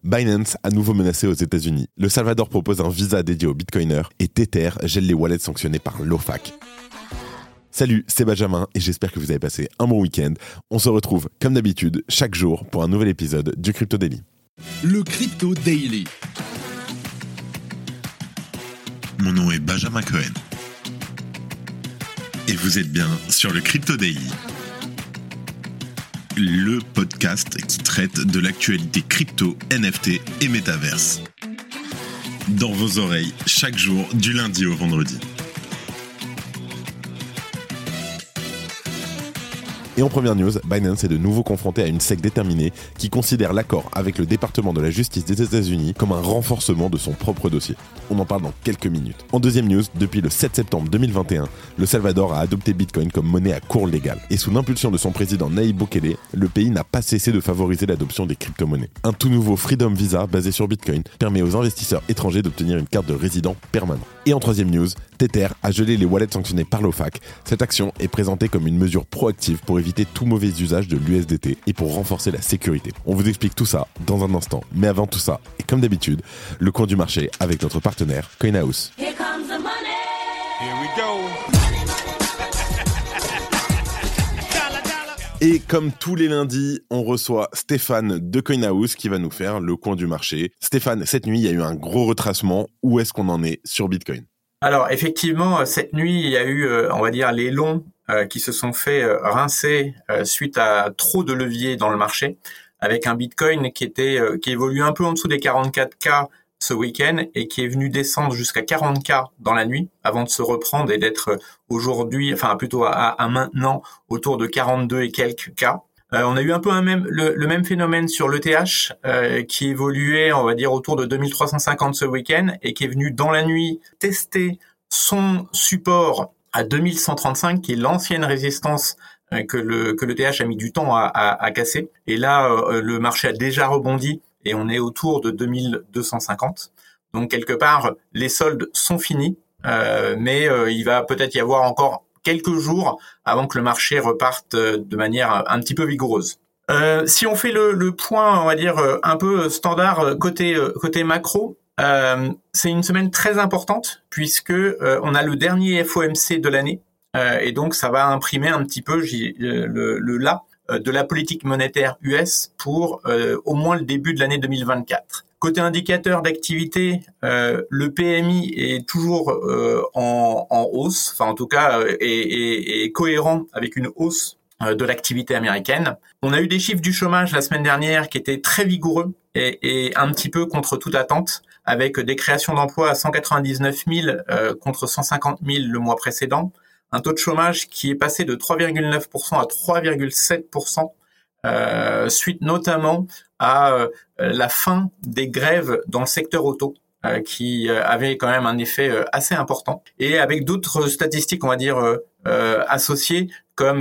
Binance à nouveau menacé aux États-Unis. Le Salvador propose un visa dédié aux bitcoiners et Tether gèle les wallets sanctionnés par l'OFAC. Salut, c'est Benjamin et j'espère que vous avez passé un bon week-end. On se retrouve comme d'habitude chaque jour pour un nouvel épisode du Crypto Daily. Le Crypto Daily. Mon nom est Benjamin Cohen. Et vous êtes bien sur le Crypto Daily. Le podcast qui traite de l'actualité crypto, NFT et métaverse. Dans vos oreilles, chaque jour, du lundi au vendredi. Et en première news, Binance est de nouveau confronté à une SEC déterminée qui considère l'accord avec le département de la justice des États-Unis comme un renforcement de son propre dossier. On en parle dans quelques minutes. En deuxième news, depuis le 7 septembre 2021, le Salvador a adopté Bitcoin comme monnaie à cours légal. Et sous l'impulsion de son président Nayib Bukele, le pays n'a pas cessé de favoriser l'adoption des crypto-monnaies. Un tout nouveau Freedom Visa basé sur Bitcoin permet aux investisseurs étrangers d'obtenir une carte de résident permanent. Et en troisième news, Tether a gelé les wallets sanctionnés par l'OFAC. Cette action est présentée comme une mesure proactive pour éviter tout mauvais usage de l'USDT et pour renforcer la sécurité. On vous explique tout ça dans un instant. Mais avant tout ça, et comme d'habitude, le cours du marché avec notre partenaire CoinHouse. Here comes the money. Here we go. Et comme tous les lundis, on reçoit Stéphane de CoinHouse qui va nous faire le coin du marché. Stéphane, cette nuit, il y a eu un gros retracement. Où est-ce qu'on en est sur Bitcoin ? Alors effectivement, cette nuit, il y a eu, on va dire, les longs qui se sont fait rincer suite à trop de leviers dans le marché, avec un Bitcoin qui évolue un peu en dessous des 44K ce week-end et qui est venu descendre jusqu'à 40K dans la nuit avant de se reprendre et d'être aujourd'hui, enfin plutôt à maintenant autour de 42 et quelques K. On a eu un peu le même phénomène sur l'ETH qui évoluait, on va dire, autour de 2350 ce week-end et qui est venu dans la nuit tester son support à 2135, qui est l'ancienne résistance que l'ETH a mis du temps à casser. Et là, le marché a déjà rebondi et on est autour de 2250. Donc quelque part, les soldes sont finis, mais il va peut-être y avoir encore quelques jours avant que le marché reparte de manière un petit peu vigoureuse. Si on fait le point, on va dire un peu standard côté macro, c'est une semaine très importante puisque on a le dernier FOMC de l'année et donc ça va imprimer un petit peu le là de la politique monétaire US pour au moins le début de l'année 2024. Côté indicateur d'activité, le PMI est toujours en hausse, enfin en tout cas est cohérent avec une hausse de l'activité américaine. On a eu des chiffres du chômage la semaine dernière qui étaient très vigoureux et un petit peu contre toute attente, avec des créations d'emplois à 199 000 contre 150 000 le mois précédent. Un taux de chômage qui est passé de 3,9% à 3,7%, suite notamment à la fin des grèves dans le secteur auto, qui avait quand même un effet assez important. Et avec d'autres statistiques, on va dire, associées, comme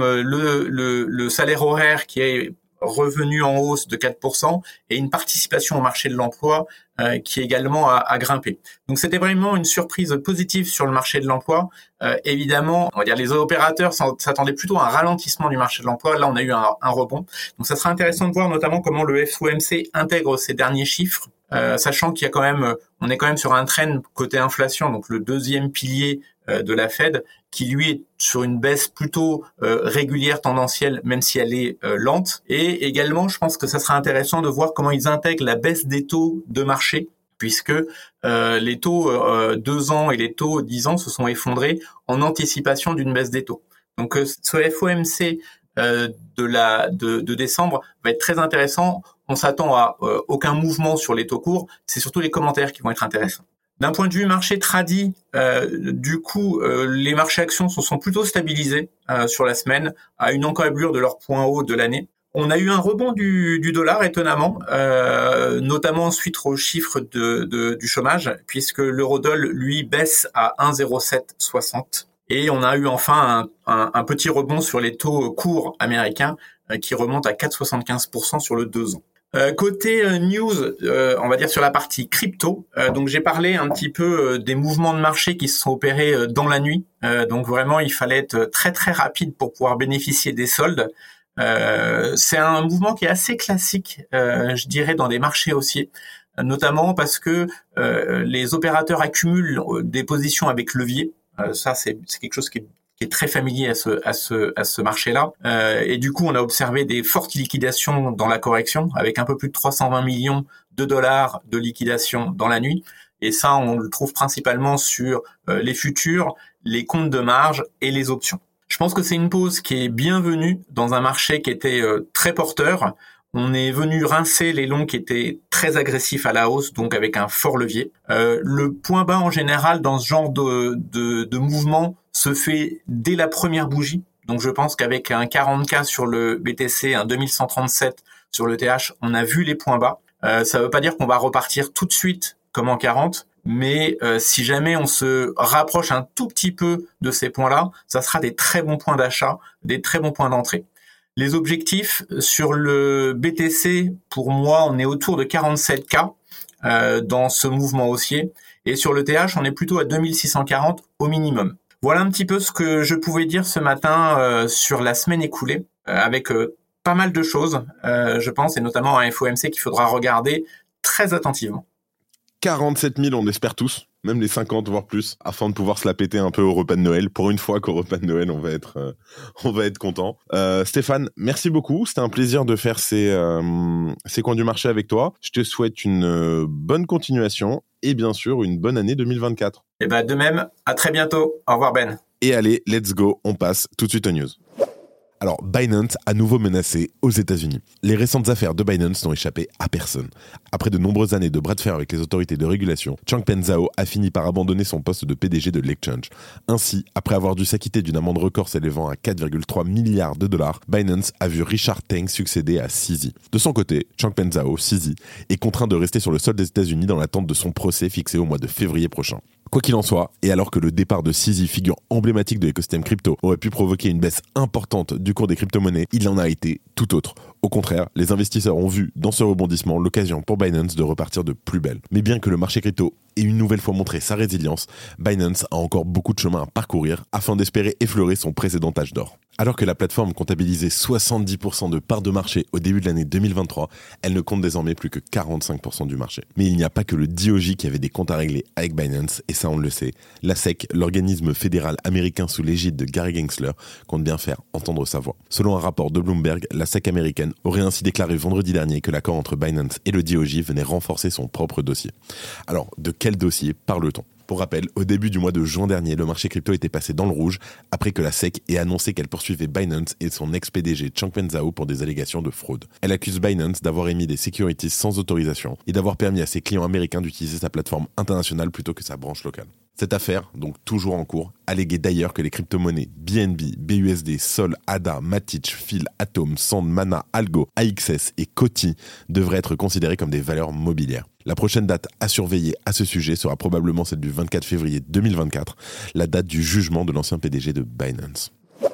le salaire horaire qui est revenu en hausse de 4% et une participation au marché de l'emploi qui également a grimpé. Donc c'était vraiment une surprise positive sur le marché de l'emploi. Évidemment, on va dire les opérateurs s'attendaient plutôt à un ralentissement du marché de l'emploi. Là, on a eu un rebond. Donc ça sera intéressant de voir notamment comment le FOMC intègre ces derniers chiffres, sachant qu'il y a quand même, on est quand même sur un trend côté inflation, donc le deuxième pilier de la Fed, qui lui est sur une baisse plutôt régulière, tendancielle, même si elle est lente. Et également, je pense que ça sera intéressant de voir comment ils intègrent la baisse des taux de marché, puisque les taux 2 ans et les taux 10 ans se sont effondrés en anticipation d'une baisse des taux. Donc ce FOMC de décembre va être très intéressant. On s'attend à aucun mouvement sur les taux courts, c'est surtout les commentaires qui vont être intéressants. D'un point de vue marché tradi, du coup, les marchés actions se sont plutôt stabilisés sur la semaine, à une encablure de leur point haut de l'année. On a eu un rebond du dollar, étonnamment, notamment suite aux chiffres du chômage, puisque l'eurodoll, lui, baisse à 1,0760. Et on a eu enfin un petit rebond sur les taux courts américains, qui remontent à 4,75% sur le 2 ans. Côté news, on va dire sur la partie crypto, donc j'ai parlé un petit peu des mouvements de marché qui se sont opérés dans la nuit. Donc vraiment, il fallait être très très rapide pour pouvoir bénéficier des soldes. C'est un mouvement qui est assez classique, je dirais, dans des marchés haussiers, notamment parce que les opérateurs accumulent des positions avec levier. Ça, c'est quelque chose qui est très familier à ce marché-là. Et du coup, on a observé des fortes liquidations dans la correction, avec un peu plus de 320 millions de dollars de liquidation dans la nuit. Et ça, on le trouve principalement sur les futurs, les comptes de marge et les options. Je pense que c'est une pause qui est bienvenue dans un marché qui était très porteur. On est venu rincer les longs qui étaient très agressifs à la hausse, donc avec un fort levier. Le point bas en général dans ce genre de mouvement se fait dès la première bougie. Donc je pense qu'avec un 40K sur le BTC, un 2137 sur le TH, on a vu les points bas. Ça ne veut pas dire qu'on va repartir tout de suite comme en 40, mais si jamais on se rapproche un tout petit peu de ces points-là, ça sera des très bons points d'achat, des très bons points d'entrée. Les objectifs sur le BTC, pour moi, on est autour de 47K dans ce mouvement haussier. Et sur le TH, on est plutôt à 2640 au minimum. Voilà un petit peu ce que je pouvais dire ce matin sur la semaine écoulée, avec pas mal de choses, je pense, et notamment un FOMC qu'il faudra regarder très attentivement. 47 000, on espère tous, même les 50 voire plus, afin de pouvoir se la péter un peu au repas de Noël. Pour une fois qu'au repas de Noël, on va être content. Stéphane, merci beaucoup. C'était un plaisir de faire ces coins du marché avec toi. Je te souhaite une bonne continuation et bien sûr une bonne année 2024. Et de même, à très bientôt. Au revoir Ben. Et allez, let's go, on passe tout de suite aux news. Alors, Binance a nouveau menacé aux États-Unis. Les récentes affaires de Binance n'ont échappé à personne. Après de nombreuses années de bras de fer avec les autorités de régulation, Changpeng Zhao a fini par abandonner son poste de PDG de l'exchange. Ainsi, après avoir dû s'acquitter d'une amende record s'élevant à 4,3 milliards de dollars, Binance a vu Richard Teng succéder à CZ. De son côté, Changpeng Zhao, CZ, est contraint de rester sur le sol des États-Unis dans l'attente de son procès fixé au mois de février prochain. Quoi qu'il en soit, et alors que le départ de CZ, figure emblématique de l'écosystème crypto, aurait pu provoquer une baisse importante du cours des crypto-monnaies, il en a été tout autre. Au contraire, les investisseurs ont vu dans ce rebondissement l'occasion pour Binance de repartir de plus belle. Mais bien que le marché crypto ait une nouvelle fois montré sa résilience, Binance a encore beaucoup de chemin à parcourir afin d'espérer effleurer son précédent âge d'or. Alors que la plateforme comptabilisait 70% de parts de marché au début de l'année 2023, elle ne compte désormais plus que 45% du marché. Mais il n'y a pas que le DOJ qui avait des comptes à régler avec Binance, et ça on le sait. La SEC, l'organisme fédéral américain sous l'égide de Gary Gensler, compte bien faire entendre sa voix. Selon un rapport de Bloomberg, la SEC américaine aurait ainsi déclaré vendredi dernier que l'accord entre Binance et le DOJ venait renforcer son propre dossier. Alors, de quel dossier parle-t-on ? Pour rappel, au début du mois de juin dernier, le marché crypto était passé dans le rouge après que la SEC ait annoncé qu'elle poursuivait Binance et son ex-PDG Changpeng Zhao pour des allégations de fraude. Elle accuse Binance d'avoir émis des securities sans autorisation et d'avoir permis à ses clients américains d'utiliser sa plateforme internationale plutôt que sa branche locale. Cette affaire, donc toujours en cours, alléguait d'ailleurs que les crypto-monnaies BNB, BUSD, Sol, ADA, Matic, Phil, Atom, Sand, Mana, Algo, AXS et Coty devraient être considérées comme des valeurs mobilières. La prochaine date à surveiller à ce sujet sera probablement celle du 24 février 2024, la date du jugement de l'ancien PDG de Binance.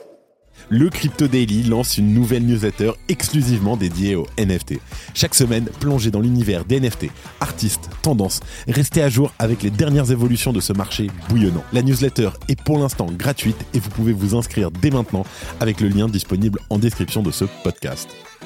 Le Crypto Daily lance une nouvelle newsletter exclusivement dédiée aux NFT. Chaque semaine, plongez dans l'univers des NFT, artistes, tendances, restez à jour avec les dernières évolutions de ce marché bouillonnant. La newsletter est pour l'instant gratuite et vous pouvez vous inscrire dès maintenant avec le lien disponible en description de ce podcast.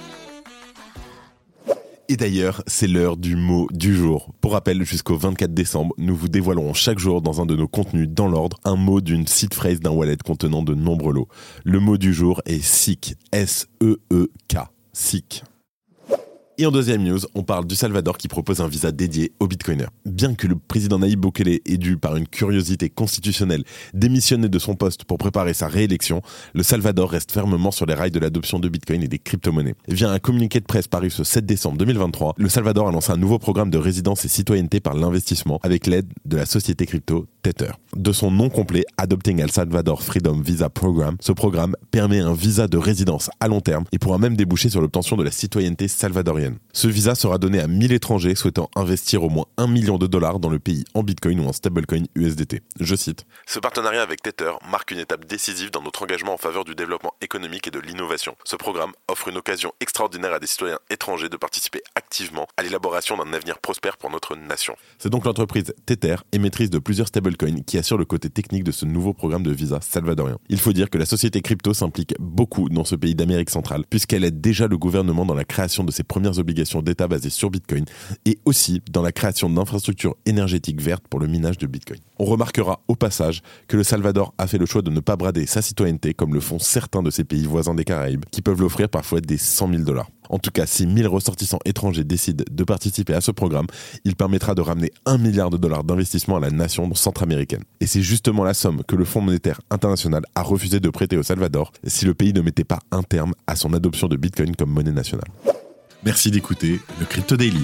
Et d'ailleurs, c'est l'heure du mot du jour. Pour rappel, jusqu'au 24 décembre, nous vous dévoilerons chaque jour dans un de nos contenus dans l'ordre un mot d'une seed phrase d'un wallet contenant de nombreux lots. Le mot du jour est SEEK, S-E-E-K, SEEK. Et en deuxième news, on parle du Salvador qui propose un visa dédié aux bitcoiners. Bien que le président Nayib Bukele ait dû, par une curiosité constitutionnelle, démissionner de son poste pour préparer sa réélection, le Salvador reste fermement sur les rails de l'adoption de bitcoin et des crypto-monnaies. Via un communiqué de presse paru ce 7 décembre 2023, le Salvador a lancé un nouveau programme de résidence et citoyenneté par l'investissement avec l'aide de la société crypto Tether. De son nom complet, Adopting El Salvador Freedom Visa Program, ce programme permet un visa de résidence à long terme et pourra même déboucher sur l'obtention de la citoyenneté salvadorienne. moyenne. Ce visa sera donné à 1000 étrangers souhaitant investir au moins $1 million dans le pays en Bitcoin ou en stablecoin USDT. Je cite. Ce partenariat avec Tether marque une étape décisive dans notre engagement en faveur du développement économique et de l'innovation. Ce programme offre une occasion extraordinaire à des citoyens étrangers de participer activement à l'élaboration d'un avenir prospère pour notre nation. C'est donc l'entreprise Tether, émettrice de plusieurs stablecoins, qui assure le côté technique de ce nouveau programme de visa salvadorien. Il faut dire que la société crypto s'implique beaucoup dans ce pays d'Amérique centrale, puisqu'elle aide déjà le gouvernement dans la création de ses premières obligations d'État basées sur Bitcoin et aussi dans la création d'infrastructures énergétiques vertes pour le minage de Bitcoin. On remarquera au passage que le Salvador a fait le choix de ne pas brader sa citoyenneté comme le font certains de ses pays voisins des Caraïbes, qui peuvent l'offrir parfois des $100 000. En tout cas, si 1000 ressortissants étrangers décident de participer à ce programme, il permettra de ramener $1 milliard d'investissement à la nation centra-américaine. Et c'est justement la somme que le Fonds monétaire international a refusé de prêter au Salvador si le pays ne mettait pas un terme à son adoption de Bitcoin comme monnaie nationale. Merci d'écouter le Crypto Daily.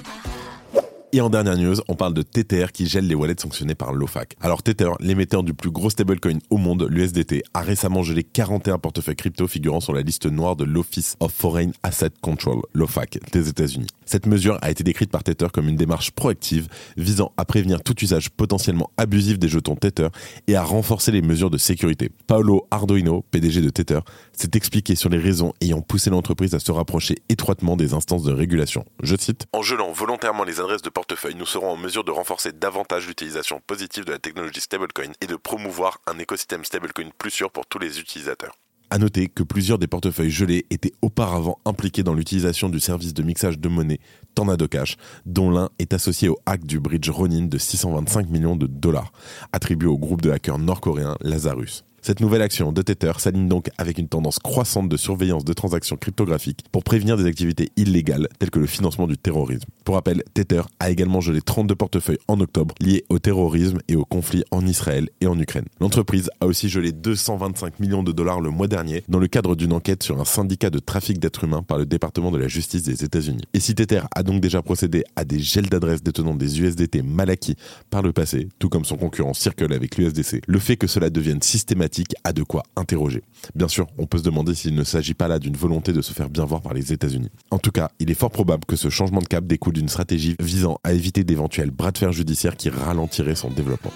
Et en dernière news, on parle de Tether qui gèle les wallets sanctionnés par l'OFAC. Alors Tether, l'émetteur du plus gros stablecoin au monde, l'USDT, a récemment gelé 41 portefeuilles crypto figurant sur la liste noire de l'Office of Foreign Asset Control, l'OFAC, des États-Unis. Cette mesure a été décrite par Tether comme une démarche proactive visant à prévenir tout usage potentiellement abusif des jetons Tether et à renforcer les mesures de sécurité. Paolo Ardoino, PDG de Tether, s'est expliqué sur les raisons ayant poussé l'entreprise à se rapprocher étroitement des instances de régulation. Je cite. En gelant volontairement les adresses de portefeuille, nous serons en mesure de renforcer davantage l'utilisation positive de la technologie stablecoin et de promouvoir un écosystème stablecoin plus sûr pour tous les utilisateurs. À noter que plusieurs des portefeuilles gelés étaient auparavant impliqués dans l'utilisation du service de mixage de monnaie Tornado Cash, dont l'un est associé au hack du bridge Ronin de $625 millions, attribué au groupe de hackers nord-coréen Lazarus. Cette nouvelle action de Tether s'aligne donc avec une tendance croissante de surveillance de transactions cryptographiques pour prévenir des activités illégales telles que le financement du terrorisme. Pour rappel, Tether a également gelé 32 portefeuilles en octobre liés au terrorisme et au conflit en Israël et en Ukraine. L'entreprise a aussi gelé $225 millions le mois dernier dans le cadre d'une enquête sur un syndicat de trafic d'êtres humains par le département de la justice des États-Unis. Et si Tether a donc déjà procédé à des gels d'adresses détenant des USDT mal acquis par le passé, tout comme son concurrent Circle avec l'USDC, le fait que cela devienne systématique a de quoi interroger. Bien sûr, on peut se demander s'il ne s'agit pas là d'une volonté de se faire bien voir par les États-Unis. En tout cas, il est fort probable que ce changement de cap découle d'une stratégie visant à éviter d'éventuels bras de fer judiciaires qui ralentiraient son développement.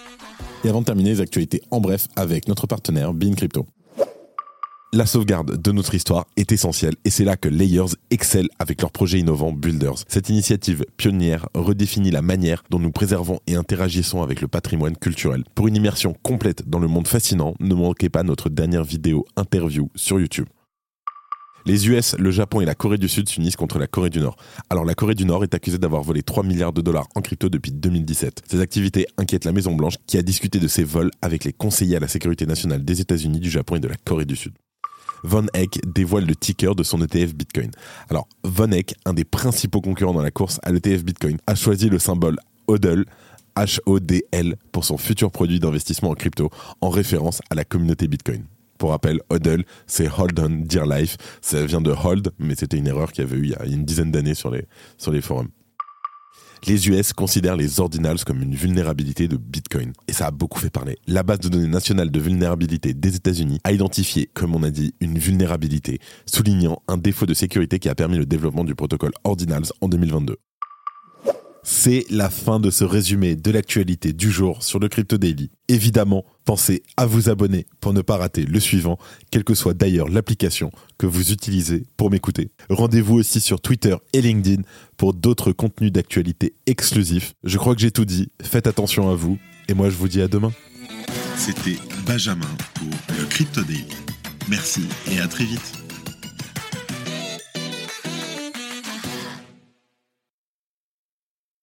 Et avant de terminer, les actualités en bref avec notre partenaire Bean Crypto. La sauvegarde de notre histoire est essentielle et c'est là que Layers excelle avec leur projet innovant Builders. Cette initiative pionnière redéfinit la manière dont nous préservons et interagissons avec le patrimoine culturel. Pour une immersion complète dans le monde fascinant, ne manquez pas notre dernière vidéo interview sur YouTube. Les US, le Japon et la Corée du Sud s'unissent contre la Corée du Nord. Alors la Corée du Nord est accusée d'avoir volé $3 milliards en crypto depuis 2017. Ces activités inquiètent la Maison-Blanche qui a discuté de ces vols avec les conseillers à la sécurité nationale des États-Unis, du Japon et de la Corée du Sud. Von Eck dévoile le ticker de son ETF Bitcoin. Alors, Von Eck, un des principaux concurrents dans la course à l'ETF Bitcoin, a choisi le symbole HODL, HODL, pour son futur produit d'investissement en crypto, en référence à la communauté Bitcoin. Pour rappel, HODL, c'est Hold On Dear Life. Ça vient de Hold, mais c'était une erreur qu'il y avait eu il y a une dizaine d'années sur les forums. Les US considèrent les ordinals comme une vulnérabilité de Bitcoin. Et ça a beaucoup fait parler. La base de données nationale de vulnérabilité des États-Unis a identifié, comme on a dit, une vulnérabilité, soulignant un défaut de sécurité qui a permis le développement du protocole Ordinals en 2022. C'est la fin de ce résumé de l'actualité du jour sur le Crypto Daily. Évidemment, pensez à vous abonner pour ne pas rater le suivant, quelle que soit d'ailleurs l'application que vous utilisez pour m'écouter. Rendez-vous aussi sur Twitter et LinkedIn pour d'autres contenus d'actualité exclusifs. Je crois que j'ai tout dit, faites attention à vous, et moi je vous dis à demain. C'était Benjamin pour le Crypto Daily. Merci et à très vite.